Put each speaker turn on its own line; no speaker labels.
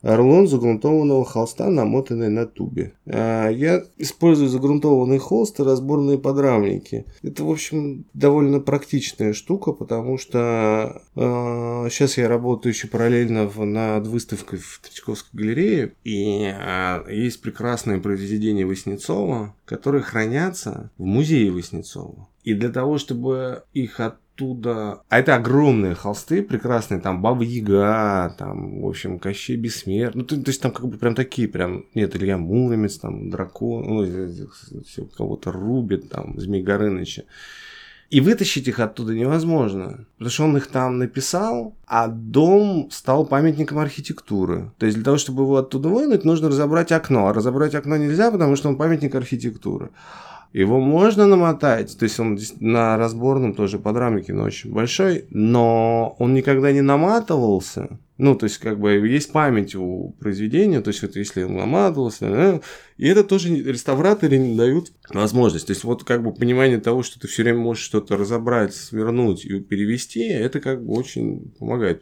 рулон загрунтованного холста, намотанный на тубе. Я использую загрунтованный холст и разборные подрамники. Это, в общем, довольно практичная штука, потому что сейчас я работаю еще параллельно над выставкой в Третьяковской галерее, и есть прекрасные произведения Васнецова, которые хранятся в музее Васнецова. И для того, чтобы их оттуда... А это огромные холсты, прекрасные, там Баба-Яга, там, в общем, Кощей Бессмертный. То есть там как бы прям такие, прям, нет, Илья Муромец, там, Дракон, все кого-то рубит, там, Змей Горыныча. И вытащить их оттуда невозможно, потому что он их там написал, а дом стал памятником архитектуры. То есть для того, чтобы его оттуда вынуть, нужно разобрать окно. А разобрать окно нельзя, потому что он памятник архитектуры. Его можно намотать, то есть он на разборном тоже подрамнике, но очень большой, но он никогда не наматывался. Ну, то есть, как бы, есть память у произведения, то есть, вот если он наматывался, и это тоже реставраторы не дают возможность. То есть, вот, как бы, понимание того, что ты все время можешь что-то разобрать, свернуть и перевести, это, как бы, очень помогает.